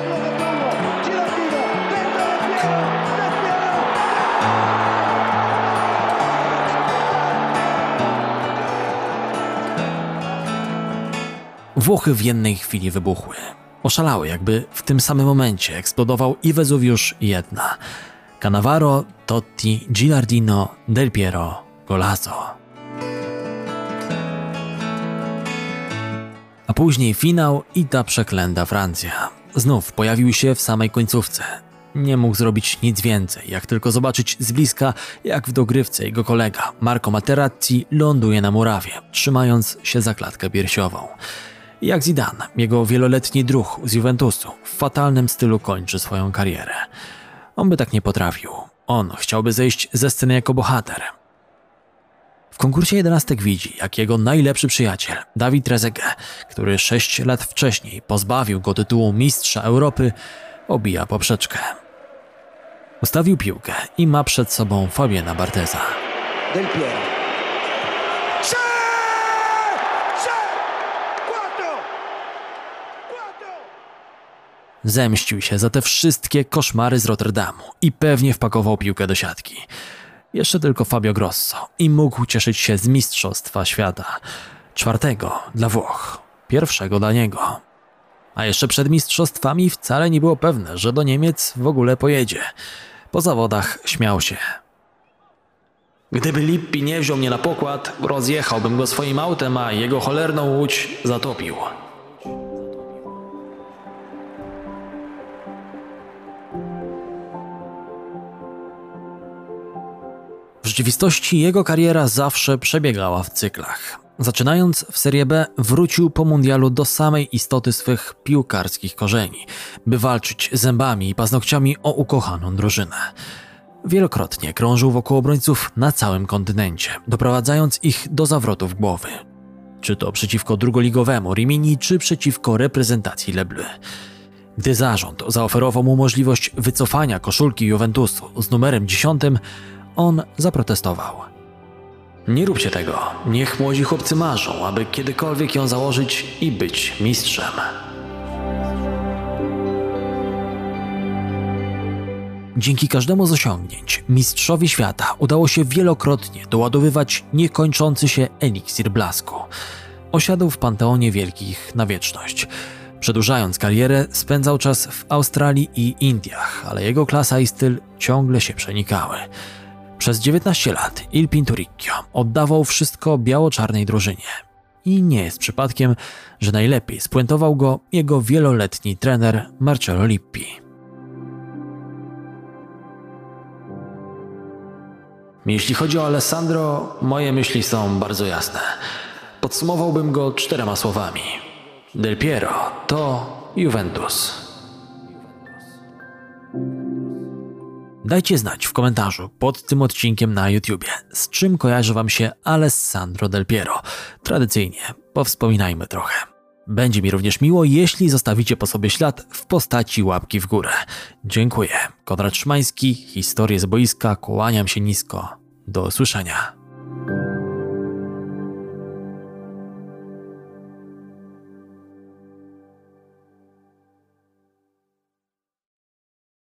Włochy w jednej chwili wybuchły. Oszalały, jakby w tym samym momencie eksplodował i Wezuwiusz, i Etna. Cannavaro, Totti, Gilardino, Del Piero, Golazo. A później finał i ta przeklęta Francja. Znów pojawił się w samej końcówce. Nie mógł zrobić nic więcej, jak tylko zobaczyć z bliska, jak w dogrywce jego kolega Marco Materazzi ląduje na murawie, trzymając się za klatkę piersiową. Jak Zidane, jego wieloletni druh z Juventusu, w fatalnym stylu kończy swoją karierę. On by tak nie potrafił. On chciałby zejść ze sceny jako bohater. W konkursie jedenastek widzi, jak jego najlepszy przyjaciel, David Trezeguet, który sześć lat wcześniej pozbawił go tytułu mistrza Europy, obija poprzeczkę. Ustawił piłkę i ma przed sobą Fabiana Bartheza. Del Piero. Zemścił się za te wszystkie koszmary z Rotterdamu i pewnie wpakował piłkę do siatki. Jeszcze tylko Fabio Grosso i mógł cieszyć się z Mistrzostwa Świata. Czwartego dla Włoch, pierwszego dla niego. A jeszcze przed mistrzostwami wcale nie było pewne, że do Niemiec w ogóle pojedzie. Po zawodach śmiał się. Gdyby Lippi nie wziął mnie na pokład, rozjechałbym go swoim autem, a jego cholerną łódź zatopił. W rzeczywistości jego kariera zawsze przebiegała w cyklach. Zaczynając w Serie B, wrócił po mundialu do samej istoty swych piłkarskich korzeni, by walczyć zębami i paznokciami o ukochaną drużynę. Wielokrotnie krążył wokół obrońców na całym kontynencie, doprowadzając ich do zawrotów głowy. Czy to przeciwko drugoligowemu Rimini, czy przeciwko reprezentacji Le Bleus. Gdy zarząd zaoferował mu możliwość wycofania koszulki Juventusu z numerem dziesiątym, on zaprotestował. Nie róbcie tego. Niech młodzi chłopcy marzą, aby kiedykolwiek ją założyć i być mistrzem. Dzięki każdemu z osiągnięć mistrzowi świata udało się wielokrotnie doładowywać niekończący się eliksir blasku. Osiadł w panteonie wielkich na wieczność. Przedłużając karierę, spędzał czas w Australii i Indiach, ale jego klasa i styl ciągle się przenikały. Przez dziewiętnaście lat Il Pinturicchio oddawał wszystko biało-czarnej drużynie. I nie jest przypadkiem, że najlepiej spuentował go jego wieloletni trener Marcello Lippi. Jeśli chodzi o Alessandro, moje myśli są bardzo jasne. Podsumowałbym go czterema słowami. Del Piero to Juventus. Dajcie znać w komentarzu pod tym odcinkiem na YouTubie, z czym kojarzy wam się Alessandro Del Piero. Tradycyjnie powspominajmy trochę. Będzie mi również miło, jeśli zostawicie po sobie ślad w postaci łapki w górę. Dziękuję. Konrad Szymański, Historie z boiska, kłaniam się nisko. Do usłyszenia.